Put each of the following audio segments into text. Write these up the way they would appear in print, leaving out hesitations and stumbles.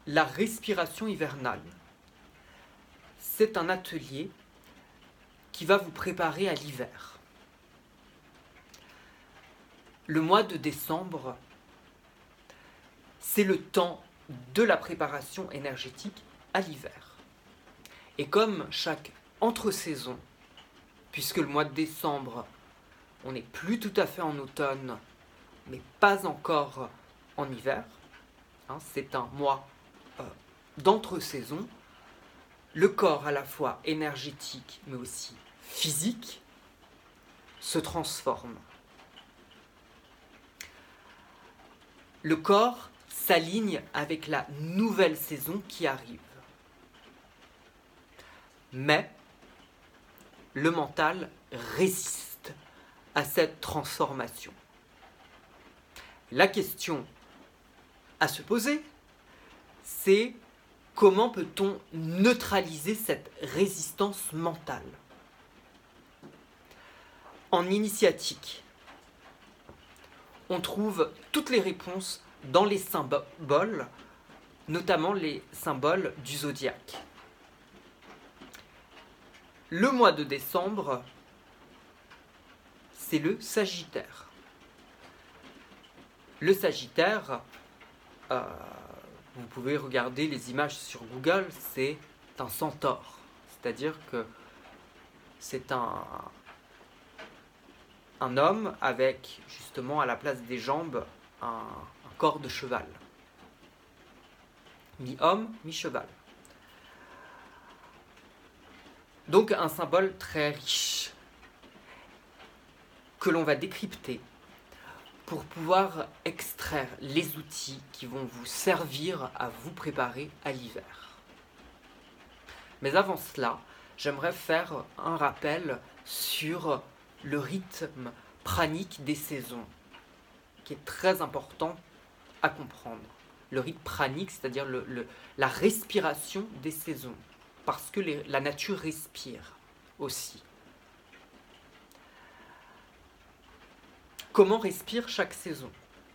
la respiration hivernale. C'est un atelier qui va vous préparer à l'hiver. Le mois de décembre, c'est le temps de la préparation énergétique à l'hiver. Et comme chaque entre-saison, puisque le mois de décembre, on n'est plus tout à fait en automne, mais pas encore en hiver, c'est un mois d'entre-saison, le corps à la fois énergétique mais aussi physique se transforme. Le corps s'aligne avec la nouvelle saison qui arrive. Mais le mental résiste à cette transformation. La question à se poser, c'est comment peut-on neutraliser cette résistance mentale? En initiatique, on trouve toutes les réponses dans les symboles, notamment les symboles du zodiaque. Le mois de décembre, c'est le Sagittaire. Le Sagittaire, vous pouvez regarder les images sur Google, c'est un centaure. C'est-à-dire que c'est un homme avec, justement, à la place des jambes, un corps de cheval. Mi-homme, mi-cheval. Donc un symbole très riche que l'on va décrypter pour pouvoir extraire les outils qui vont vous servir à vous préparer à l'hiver. Mais avant cela, j'aimerais faire un rappel sur le rythme pranique des saisons, qui est très important à comprendre. Le rythme pranique, c'est-à-dire la respiration des saisons, parce que la nature respire aussi. Comment respire chaque saison?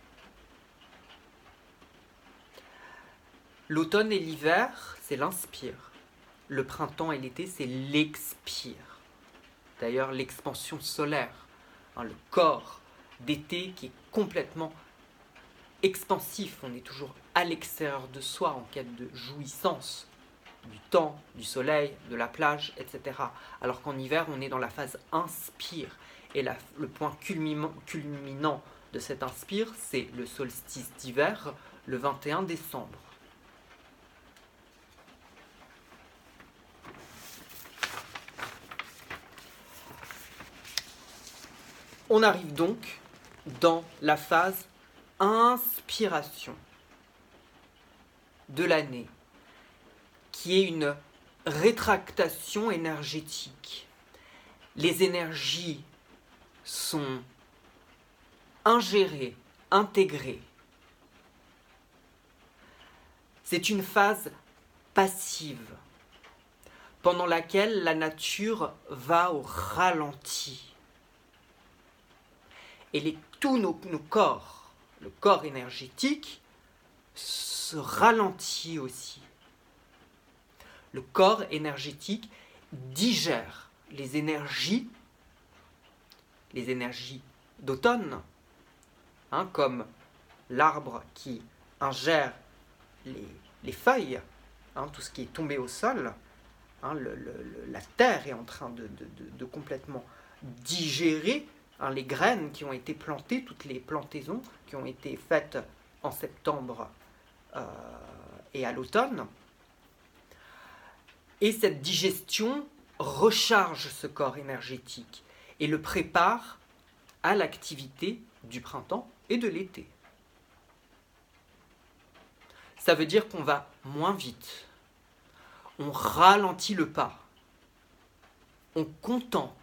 L'automne et l'hiver, c'est l'inspire. Le printemps et l'été, c'est l'expire. D'ailleurs, l'expansion solaire, le corps d'été qui est complètement expansif. On est toujours à l'extérieur de soi en quête de jouissance du temps, du soleil, de la plage, etc. Alors qu'en hiver, on est dans la phase inspire. Et le point culminant de cet inspire, c'est le solstice d'hiver, le 21 décembre. On arrive donc dans la phase inspiration de l'année, qui est une rétractation énergétique. Les énergies sont ingérées, intégrées. C'est une phase passive, pendant laquelle la nature va au ralenti. Et tous nos corps, le corps énergétique, se ralentit aussi. Le corps énergétique digère les énergies d'automne, comme l'arbre qui ingère les feuilles, tout ce qui est tombé au sol, la terre est en train de complètement digérer les graines qui ont été plantées, toutes les plantaisons qui ont été faites en septembre et à l'automne. Et cette digestion recharge ce corps énergétique et le prépare à l'activité du printemps et de l'été. Ça veut dire qu'on va moins vite, on ralentit le pas, on contemple.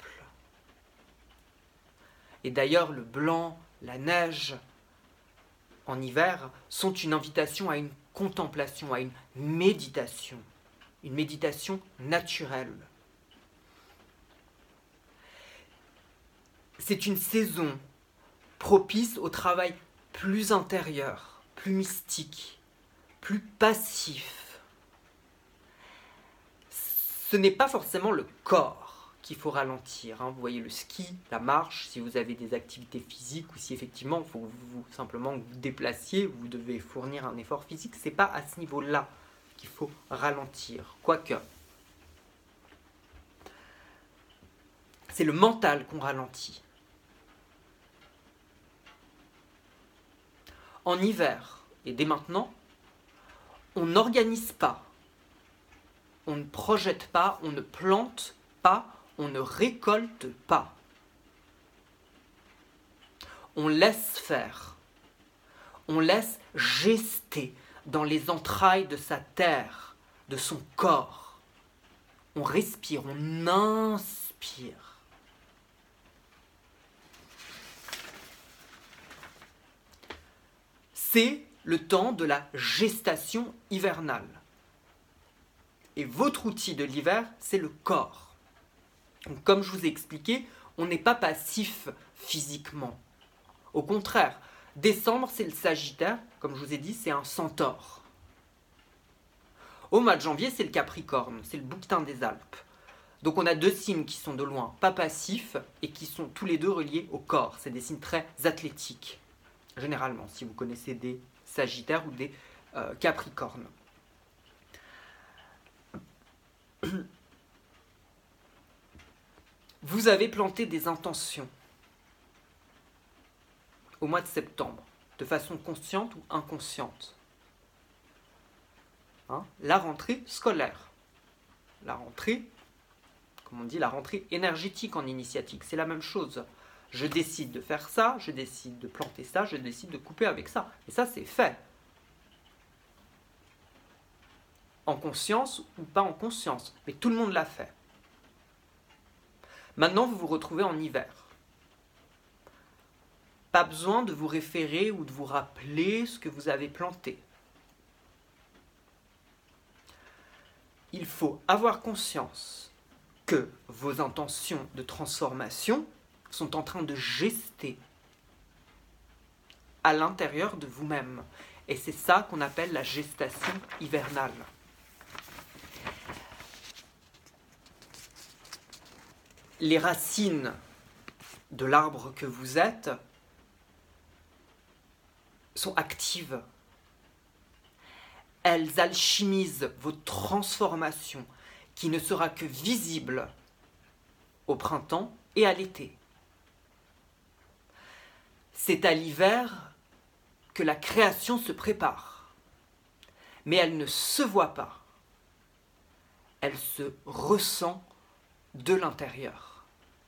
Et d'ailleurs, le blanc, la neige, en hiver, sont une invitation à une contemplation, à une méditation naturelle. C'est une saison propice au travail plus intérieur, plus mystique, plus passif. Ce n'est pas forcément le corps qu'il faut ralentir. Vous voyez le ski, la marche, si vous avez des activités physiques ou si effectivement il faut simplement vous déplaciez, vous devez fournir un effort physique, ce n'est pas à ce niveau-là qu'il faut ralentir. Quoique, c'est le mental qu'on ralentit. En hiver, et dès maintenant, on n'organise pas, on ne projette pas, on ne plante pas, on ne récolte pas. On laisse faire, on laisse gester dans les entrailles de sa terre, de son corps. On respire, on inspire. C'est le temps de la gestation hivernale. Et votre outil de l'hiver, c'est le corps. Donc, comme je vous ai expliqué, on n'est pas passif physiquement. Au contraire, décembre, c'est le Sagittaire, comme je vous ai dit, c'est un centaure. Au mois de janvier, c'est le Capricorne, c'est le bouquetin des Alpes. Donc on a deux signes qui sont de loin pas passifs et qui sont tous les deux reliés au corps. C'est des signes très athlétiques, généralement, si vous connaissez des Sagittaires ou des Capricornes. Vous avez planté des intentions au mois de septembre, de façon consciente ou inconsciente. La rentrée scolaire, la rentrée, comme on dit, la rentrée énergétique en initiatique, c'est la même chose. Je décide de faire ça, je décide de planter ça, je décide de couper avec ça. Et ça, c'est fait. En conscience ou pas en conscience, mais tout le monde l'a fait. Maintenant, vous vous retrouvez en hiver. Pas besoin de vous référer ou de vous rappeler ce que vous avez planté. Il faut avoir conscience que vos intentions de transformation sont en train de gester à l'intérieur de vous-même. Et c'est ça qu'on appelle la gestation hivernale. Les racines de l'arbre que vous êtes sont actives. Elles alchimisent votre transformation qui ne sera que visible au printemps et à l'été. C'est à l'hiver que la création se prépare, mais elle ne se voit pas. Elle se ressent de l'intérieur.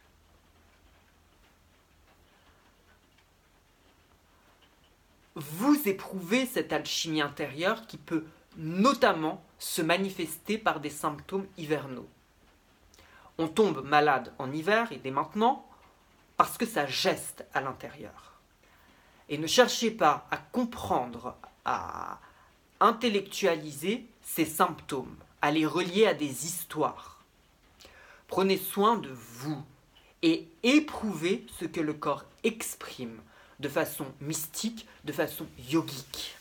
Vous éprouvez cette alchimie intérieure qui peut notamment se manifester par des symptômes hivernaux. On tombe malade en hiver et dès maintenant parce que ça geste à l'intérieur. Et ne cherchez pas à comprendre, à intellectualiser ces symptômes, à les relier à des histoires. Prenez soin de vous et éprouvez ce que le corps exprime de façon mystique, de façon yogique.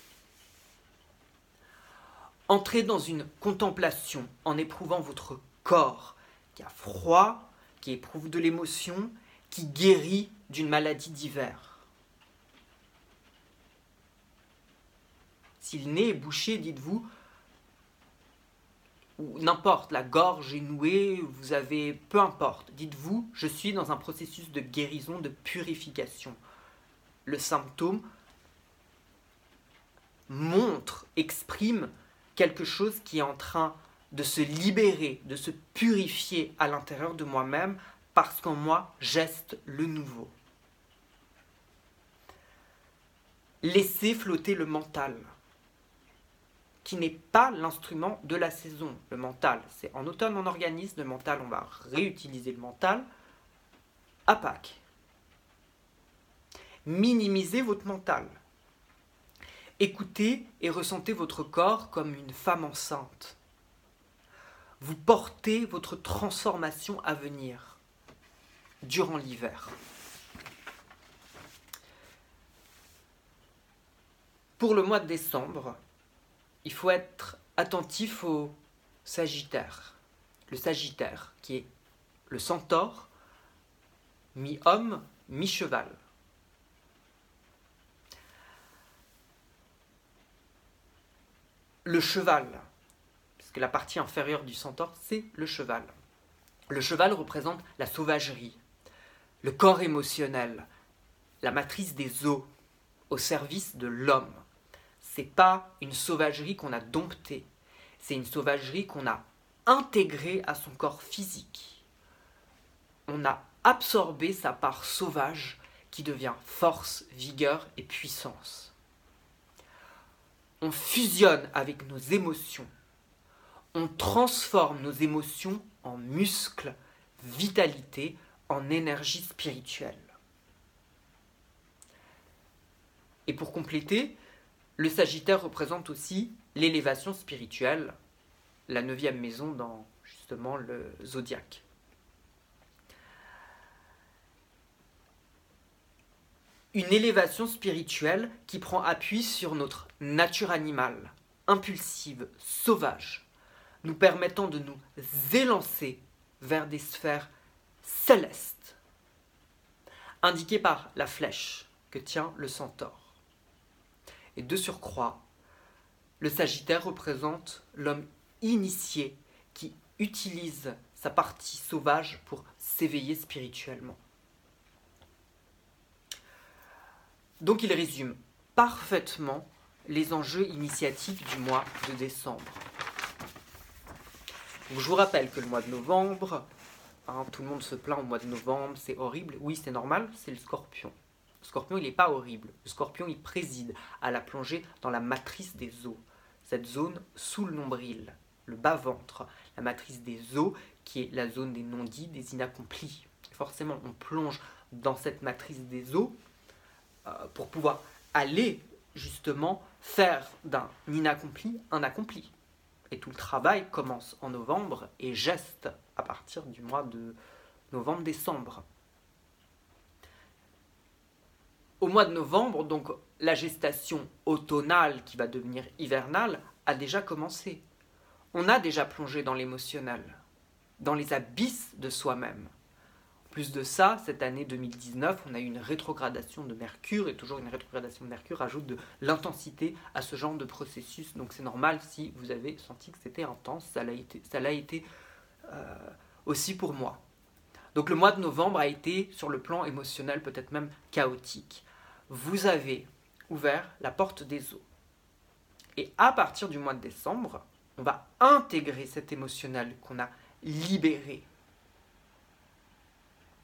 Entrez dans une contemplation en éprouvant votre corps qui a froid, qui éprouve de l'émotion, qui guérit d'une maladie d'hiver. Si le nez est bouché, dites-vous, ou n'importe, la gorge est nouée, vous avez, peu importe, dites-vous, je suis dans un processus de guérison, de purification. Le symptôme montre, exprime quelque chose qui est en train de se libérer, de se purifier à l'intérieur de moi-même, parce qu'en moi, geste le nouveau. Laissez flotter le mental, qui n'est pas l'instrument de la saison. Le mental, c'est en automne on organise, le mental, on va réutiliser le mental à Pâques. Minimisez votre mental. Écoutez et ressentez votre corps comme une femme enceinte. Vous portez votre transformation à venir durant l'hiver. Pour le mois de décembre, il faut être attentif au Sagittaire. Le Sagittaire, qui est le centaure, mi-homme, mi-cheval. Le cheval, parce que la partie inférieure du centaure, c'est le cheval. Le cheval représente la sauvagerie, le corps émotionnel, la matrice des os, au service de l'homme. C'est pas une sauvagerie qu'on a domptée, c'est une sauvagerie qu'on a intégrée à son corps physique. On a absorbé sa part sauvage qui devient force, vigueur et puissance. On fusionne avec nos émotions. On transforme nos émotions en muscles, vitalité, en énergie spirituelle. Et pour compléter, le Sagittaire représente aussi l'élévation spirituelle, la 9e maison dans justement le zodiaque. Une élévation spirituelle qui prend appui sur notre nature animale, impulsive, sauvage, nous permettant de nous élancer vers des sphères célestes, indiquées par la flèche que tient le centaure. Et de surcroît, le Sagittaire représente l'homme initié qui utilise sa partie sauvage pour s'éveiller spirituellement. Donc il résume parfaitement les enjeux initiatiques du mois de décembre. Donc, je vous rappelle que le mois de novembre, tout le monde se plaint au mois de novembre, c'est horrible. Oui, c'est normal, c'est le Scorpion. Le Scorpion, il n'est pas horrible. Le Scorpion, il préside à la plongée dans la matrice des os. Cette zone sous le nombril, le bas-ventre, la matrice des os, qui est la zone des non-dits, des inaccomplis. Forcément, on plonge dans cette matrice des os pour pouvoir aller justement faire d'un inaccompli un accompli. Et tout le travail commence en novembre et geste à partir du mois de novembre-décembre. Au mois de novembre, donc, la gestation automnale qui va devenir hivernale a déjà commencé. On a déjà plongé dans l'émotionnel, dans les abysses de soi-même. En plus de ça, cette année 2019, on a eu une rétrogradation de Mercure, et toujours une rétrogradation de Mercure ajoute de l'intensité à ce genre de processus. Donc c'est normal si vous avez senti que c'était intense, ça l'a été aussi pour moi. Donc le mois de novembre a été, sur le plan émotionnel, peut-être même chaotique. Vous avez ouvert la porte des eaux. Et à partir du mois de décembre, on va intégrer cet émotionnel qu'on a libéré. Comment ?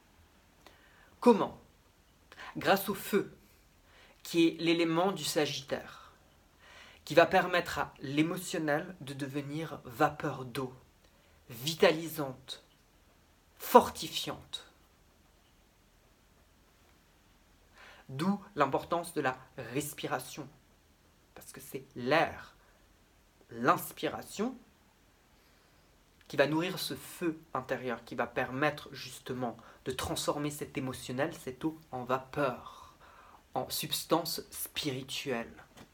Grâce au feu, qui est l'élément du Sagittaire, qui va permettre à l'émotionnel de devenir vapeur d'eau, vitalisante, fortifiante. D'où l'importance de la respiration, parce que c'est l'air, l'inspiration, qui va nourrir ce feu intérieur, qui va permettre justement de transformer cet émotionnel, cette eau, en vapeur, en substance spirituelle.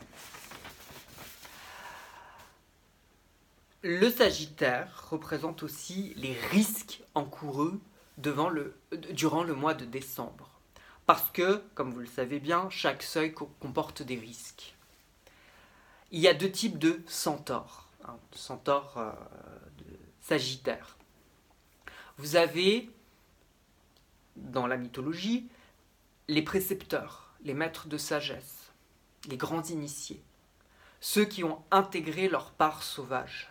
Le Sagittaire représente aussi les risques encourus durant le mois de décembre. Parce que, comme vous le savez bien, chaque seuil comporte des risques. Il y a deux types de centaures, centaures de Sagittaire. Vous avez, dans la mythologie, les précepteurs, les maîtres de sagesse, les grands initiés, ceux qui ont intégré leur part sauvage.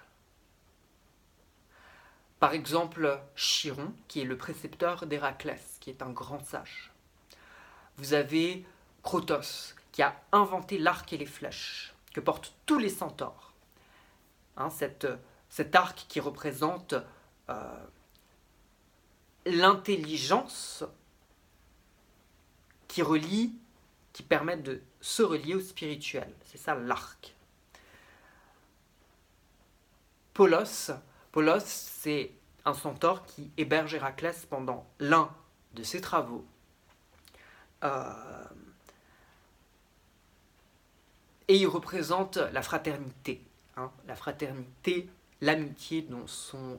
Par exemple, Chiron, qui est le précepteur d'Héraclès, qui est un grand sage. Vous avez Crotos, qui a inventé l'arc et les flèches, que portent tous les centaures. Cet arc qui représente l'intelligence qui permet de se relier au spirituel. C'est ça l'arc. Polos, c'est un centaure qui héberge Héraclès pendant l'un de ses travaux. Et il représente la fraternité, hein, la fraternité, l'amitié dont sont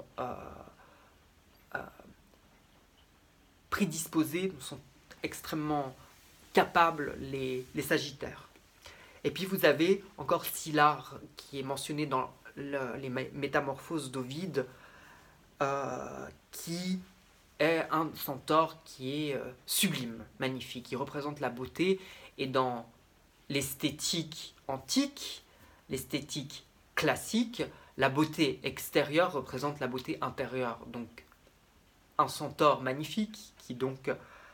prédisposés, dont sont extrêmement capables les Sagittaires. Et puis vous avez encore Scyllare qui est mentionné dans les Métamorphoses d'Ovide, qui est un centaure qui est sublime, magnifique, qui représente la beauté. Et dans l'esthétique antique, l'esthétique classique, la beauté extérieure représente la beauté intérieure. Donc un centaure magnifique qui donc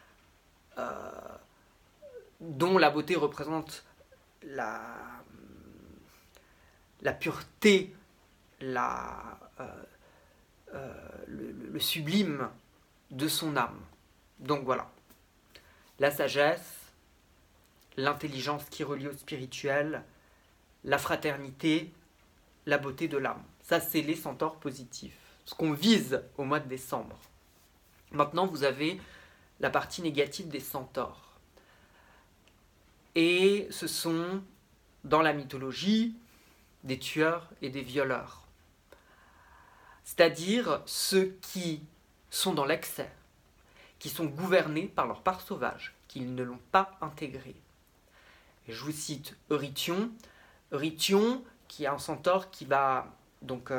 dont la beauté représente la pureté, le sublime de son âme. Donc voilà, la sagesse, l'intelligence qui relie au spirituel, la fraternité, la beauté de l'âme. Ça, c'est les centaures positifs, ce qu'on vise au mois de décembre. Maintenant, vous avez la partie négative des centaures. Et ce sont, dans la mythologie, des tueurs et des violeurs. C'est-à-dire ceux qui sont dans l'excès, qui sont gouvernés par leur part sauvage, qu'ils ne l'ont pas intégrée. Et je vous cite Eurytion. Eurytion, qui est un centaure qui va donc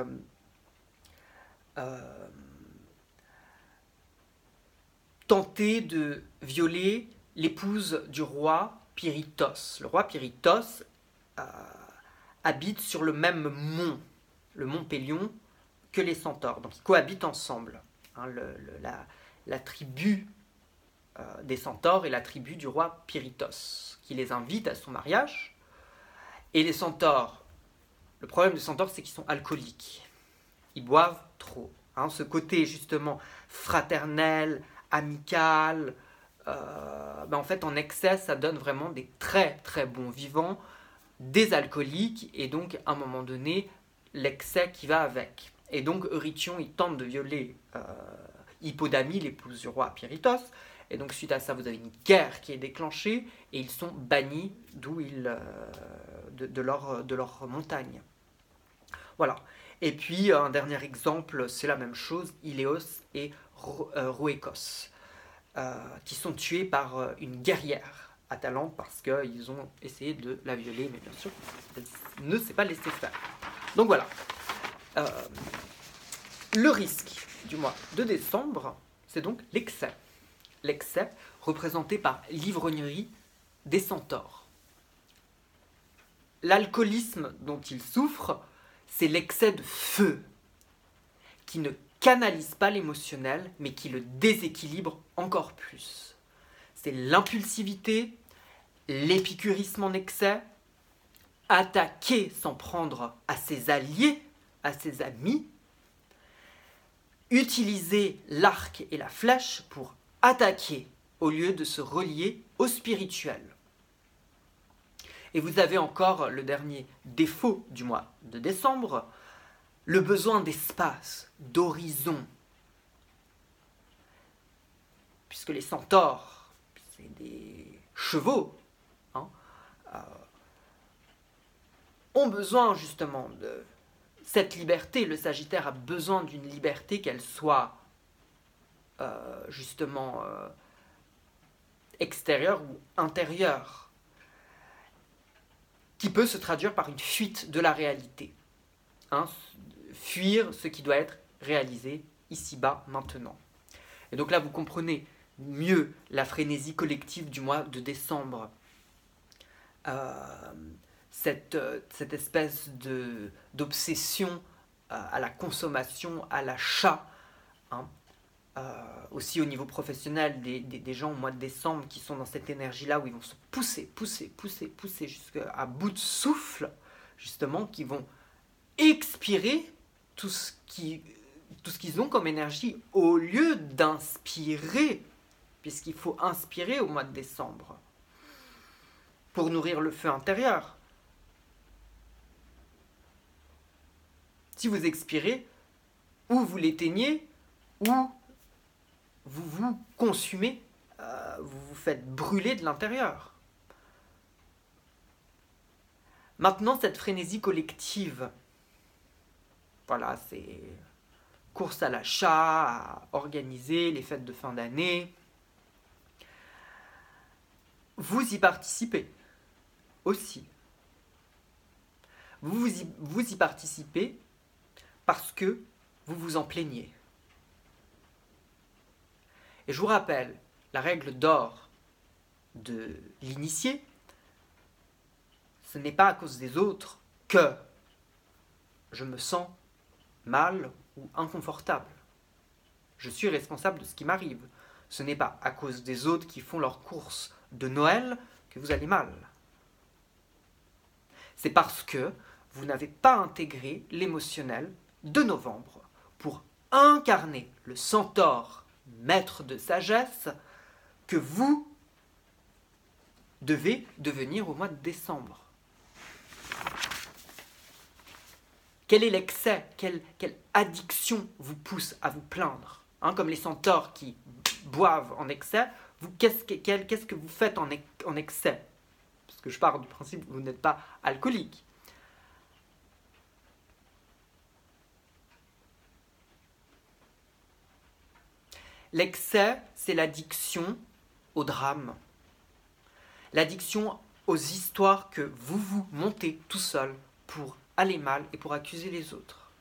tenter de violer l'épouse du roi Pirithos. Le roi Pirithos habite sur le même mont, le mont Pélion, que les centaures. Donc ils cohabitent ensemble. Hein, la tribu des centaures et la tribu du roi Pirithos, qui les invite à son mariage. Et les centaures, le problème des centaures, c'est qu'ils sont alcooliques. Ils boivent trop. Hein, ce côté justement fraternel, amical, en fait en excès, ça donne vraiment des très très bons vivants, des alcooliques, et donc à un moment donné, l'excès qui va avec. Et donc Eurytion, il tente de violer Hippodamie, l'épouse du roi Pirithos, et donc suite à ça, vous avez une guerre qui est déclenchée, et ils sont bannis de leur montagne. Voilà. Et puis un dernier exemple, c'est la même chose, Iléos et Rhoécos, qui sont tués par une guerrière Atalante parce qu'ils ont essayé de la violer, mais bien sûr, elle ne s'est pas laissée faire. Donc voilà. Le risque du mois de décembre, c'est donc l'excès. L'excès représenté par l'ivrognerie des centaures. L'alcoolisme dont ils souffrent, c'est l'excès de feu, qui ne canalise pas l'émotionnel, mais qui le déséquilibre encore plus. C'est l'impulsivité, l'épicurisme en excès, attaquer sans prendre à ses alliés, à ses amis, utiliser l'arc et la flèche pour attaquer au lieu de se relier au spirituel. Et vous avez encore le dernier défaut du mois de décembre, le besoin d'espace, d'horizon. Puisque les centaures, c'est des chevaux, hein, ont besoin justement de cette liberté. Le Sagittaire a besoin d'une liberté, qu'elle soit justement extérieure ou intérieure, qui peut se traduire par une fuite de la réalité. Hein, fuir ce qui doit être réalisé ici-bas, maintenant. Et donc là, vous comprenez mieux la frénésie collective du mois de décembre. Cette espèce d'obsession à la consommation, à l'achat, hein, aussi au niveau professionnel, des gens au mois de décembre qui sont dans cette énergie-là où ils vont se pousser jusqu'à bout de souffle, justement, qui vont expirer tout ce qu'ils ont comme énergie au lieu d'inspirer, puisqu'il faut inspirer au mois de décembre pour nourrir le feu intérieur. Si vous expirez, ou vous l'éteignez, ou vous vous consumez, vous vous faites brûler de l'intérieur. Maintenant, cette frénésie collective Voilà, c'est course à l'achat, à organiser les fêtes de fin d'année. Vous y participez aussi. Vous y participez parce que vous vous en plaignez. Et je vous rappelle, la règle d'or de l'initié, ce n'est pas à cause des autres que je me sens mal ou inconfortable. Je suis responsable de ce qui m'arrive. Ce n'est pas à cause des autres qui font leurs courses de Noël que vous allez mal. C'est parce que vous n'avez pas intégré l'émotionnel de novembre pour incarner le centaure maître de sagesse que vous devez devenir au mois de décembre. Quel est l'excès? Quelle addiction vous pousse à vous plaindre? Comme les centaures qui boivent en excès, qu'est-ce que vous faites en excès? Parce que je pars du principe que vous n'êtes pas alcoolique. L'excès, c'est l'addiction au drame. L'addiction aux histoires que vous vous montez tout seul pour aller mal et pour accuser les autres.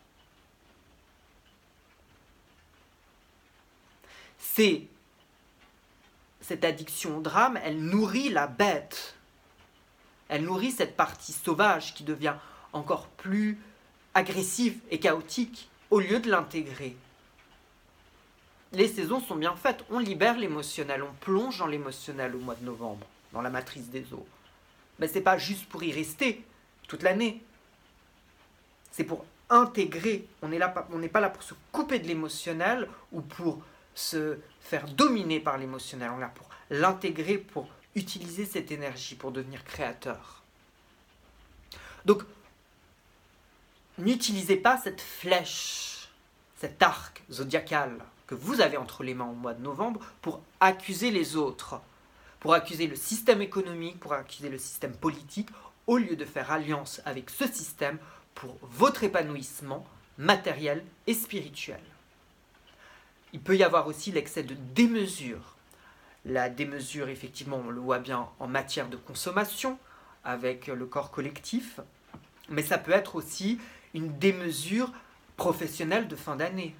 Cette addiction au drame, elle nourrit la bête. Elle nourrit cette partie sauvage qui devient encore plus agressive et chaotique au lieu de l'intégrer. Les saisons sont bien faites, on libère l'émotionnel, on plonge dans l'émotionnel au mois de novembre, dans la matrice des eaux. Mais ce n'est pas juste pour y rester toute l'année. C'est pour intégrer, on n'est pas là pour se couper de l'émotionnel ou pour se faire dominer par l'émotionnel, on est là pour l'intégrer, pour utiliser cette énergie, pour devenir créateur. Donc, n'utilisez pas cette flèche, cet arc zodiacal que vous avez entre les mains au mois de novembre pour accuser les autres, pour accuser le système économique, pour accuser le système politique, au lieu de faire alliance avec ce système pour votre épanouissement matériel et spirituel. Il peut y avoir aussi l'excès de démesure. La démesure, effectivement, on le voit bien en matière de consommation, avec le corps collectif, mais ça peut être aussi une démesure professionnelle de fin d'année.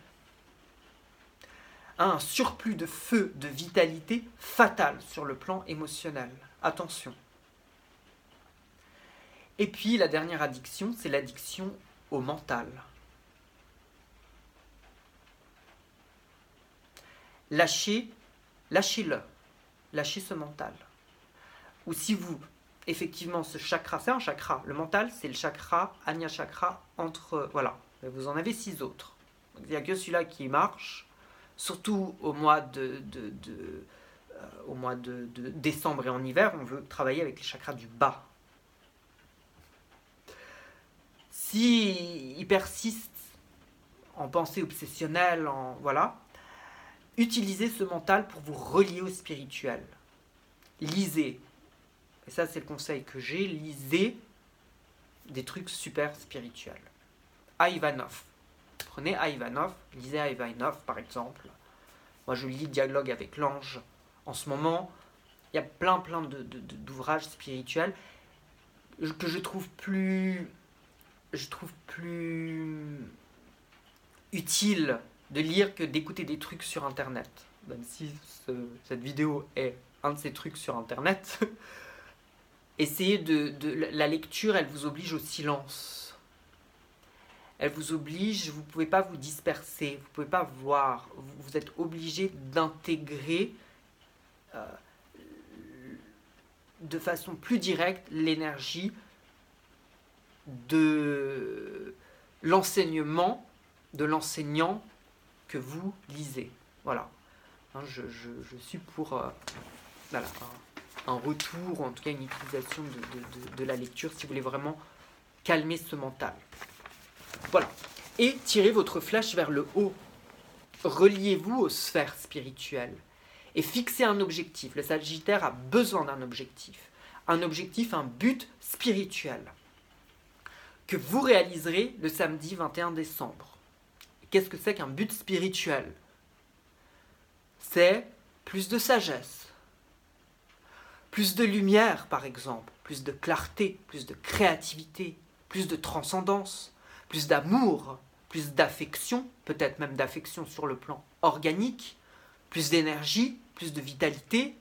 Un surplus de feu, de vitalité fatal sur le plan émotionnel. Attention. Et puis la dernière addiction, c'est l'addiction au mental. Lâchez-le. Lâchez ce mental. Ou si vous, effectivement, ce chakra, c'est un chakra. Le mental, c'est le chakra, Ajna chakra, voilà. Vous en avez 6 autres. Donc, il n'y a que celui-là qui marche. Surtout au mois de décembre et en hiver, on veut travailler avec les chakras du bas. S'il persiste en pensée obsessionnelle, utilisez ce mental pour vous relier au spirituel. Lisez, et ça c'est le conseil que j'ai, lisez des trucs super spirituels. Ivanov. Prenez Ivanov, lisez Ivanov par exemple. Moi je lis Dialogue avec l'ange. En ce moment, il y a plein d'ouvrages spirituels que je trouve plus utile de lire que d'écouter des trucs sur internet. Même si cette vidéo est un de ces trucs sur internet. Essayez la lecture, elle vous oblige au silence. Elle vous oblige, vous ne pouvez pas vous disperser, vous ne pouvez pas voir, vous êtes obligé d'intégrer de façon plus directe l'énergie de l'enseignement, de l'enseignant que vous lisez. Voilà. Je suis pour un retour, ou en tout cas une utilisation de la lecture si vous voulez vraiment calmer ce mental. Voilà. Et tirez votre flèche vers le haut. Reliez-vous aux sphères spirituelles. Et fixez un objectif. Le Sagittaire a besoin d'un objectif. Un objectif, un but spirituel. que vous réaliserez le samedi 21 décembre. Qu'est-ce que c'est qu'un but spirituel? C'est plus de sagesse, plus de lumière par exemple, plus de clarté, plus de créativité, plus de transcendance, plus d'amour, plus d'affection, peut-être même d'affection sur le plan organique, plus d'énergie, plus de vitalité.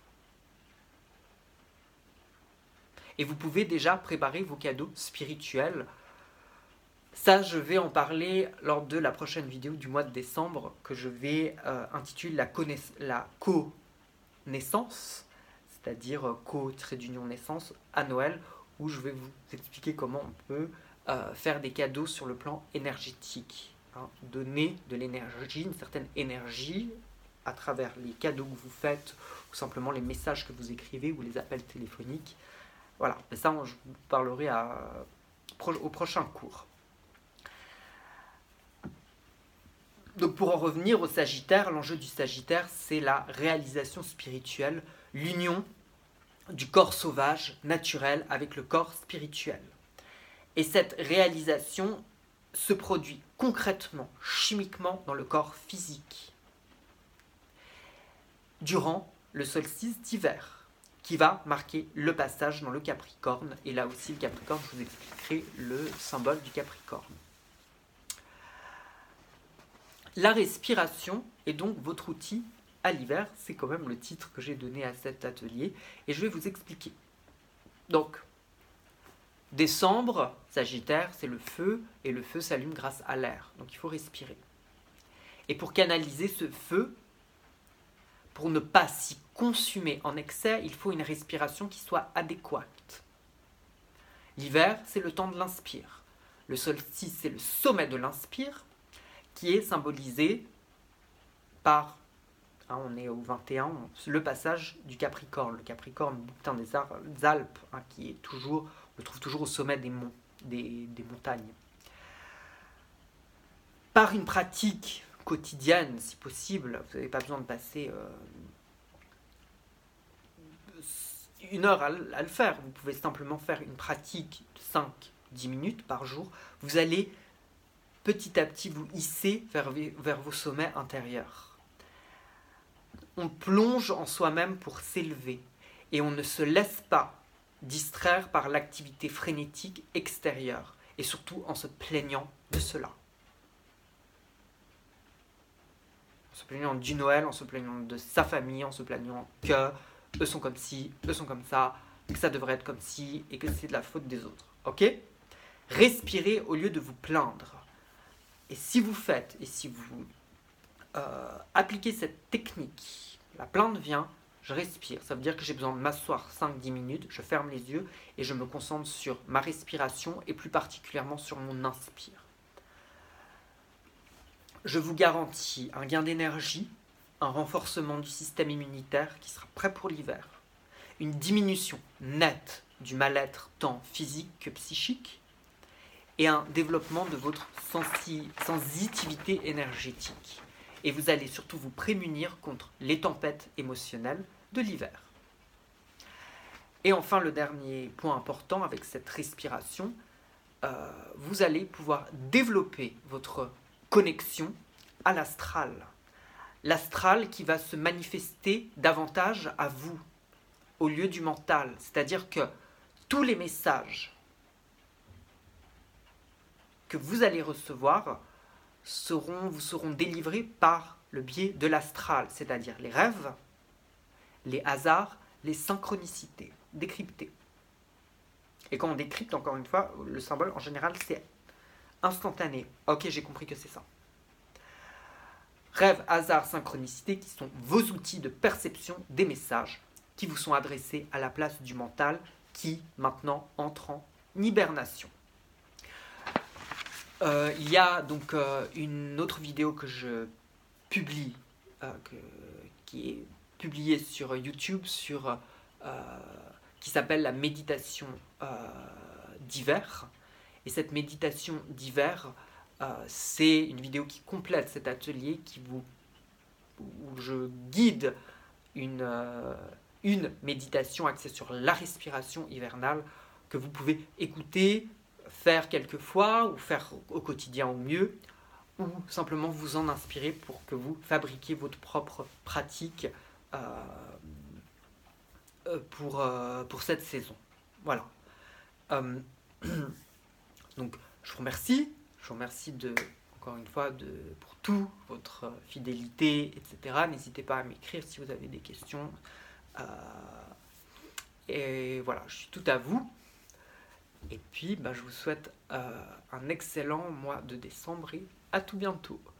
Et vous pouvez déjà préparer vos cadeaux spirituels. Ça, je vais en parler lors de la prochaine vidéo du mois de décembre que je vais intituler la co-naissance, c'est-à-dire co-trait-d'union naissance à Noël, où je vais vous expliquer comment on peut faire des cadeaux sur le plan énergétique. Hein, donner de l'énergie, une certaine énergie à travers les cadeaux que vous faites, ou simplement les messages que vous écrivez ou les appels téléphoniques. Voilà, mais ça, je vous parlerai au prochain cours. Donc pour en revenir au Sagittaire, l'enjeu du Sagittaire, c'est la réalisation spirituelle, l'union du corps sauvage, naturel, avec le corps spirituel. Et cette réalisation se produit concrètement, chimiquement, dans le corps physique, durant le solstice d'hiver, qui va marquer le passage dans le Capricorne. Et là aussi, le Capricorne, je vous expliquerai le symbole du Capricorne. La respiration est donc votre outil à l'hiver. C'est quand même le titre que j'ai donné à cet atelier. Et je vais vous expliquer. Donc, décembre, Sagittaire, c'est le feu. Et le feu s'allume grâce à l'air. Donc, il faut respirer. Et pour canaliser ce feu, pour ne pas s'y consumer en excès, il faut une respiration qui soit adéquate. L'hiver, c'est le temps de l'inspire. Le solstice, c'est le sommet de l'inspire, qui est symbolisé par, on est au 21, le passage du Capricorne. Le Capricorne, boutin des Alpes, qui est toujours, on le trouve toujours au sommet des monts, des montagnes. Par une pratique quotidienne, si possible, vous n'avez pas besoin de passer une heure à le faire. Vous pouvez simplement faire une pratique de 5-10 minutes par jour. Vous allez petit à petit vous hisser vers vos sommets intérieurs. On plonge en soi-même pour s'élever et on ne se laisse pas distraire par l'activité frénétique extérieure et surtout en se plaignant de cela. En se plaignant du Noël, en se plaignant de sa famille, en se plaignant que eux sont comme ci, eux sont comme ça, que ça devrait être comme ci et que c'est de la faute des autres. Ok? Respirez au lieu de vous plaindre. Et si vous faites, et si vous appliquez cette technique, la plainte vient, je respire. Ça veut dire que j'ai besoin de m'asseoir 5-10 minutes, je ferme les yeux et je me concentre sur ma respiration et plus particulièrement sur mon inspire. Je vous garantis un gain d'énergie, un renforcement du système immunitaire qui sera prêt pour l'hiver, une diminution nette du mal-être tant physique que psychique et un développement de votre sensitivité énergétique. Et vous allez surtout vous prémunir contre les tempêtes émotionnelles de l'hiver. Et enfin, le dernier point important avec cette respiration, vous allez pouvoir développer votre connexion à l'astral. L'astral qui va se manifester davantage à vous, au lieu du mental. C'est-à-dire que tous les messages que vous allez recevoir vous seront délivrés par le biais de l'astral, c'est-à-dire les rêves, les hasards, les synchronicités, décryptées. Et quand on décrypte, encore une fois, le symbole, en général, c'est instantané. Ok, j'ai compris que c'est ça. Rêves, hasards, synchronicités, qui sont vos outils de perception des messages qui vous sont adressés à la place du mental qui, maintenant, entre en hibernation. Il y a donc une autre vidéo que je publie, qui est publiée sur YouTube, qui s'appelle la méditation d'hiver. Et cette méditation d'hiver, c'est une vidéo qui complète cet atelier où je guide une méditation axée sur la respiration hivernale que vous pouvez écouter faire quelquefois ou faire au quotidien au mieux, ou simplement vous en inspirer pour que vous fabriquiez votre propre pratique pour cette saison. Voilà. Donc je vous remercie. Je vous remercie encore une fois pour tout, votre fidélité, etc. N'hésitez pas à m'écrire si vous avez des questions. Et voilà, je suis tout à vous. Et puis, je vous souhaite un excellent mois de décembre et à tout bientôt.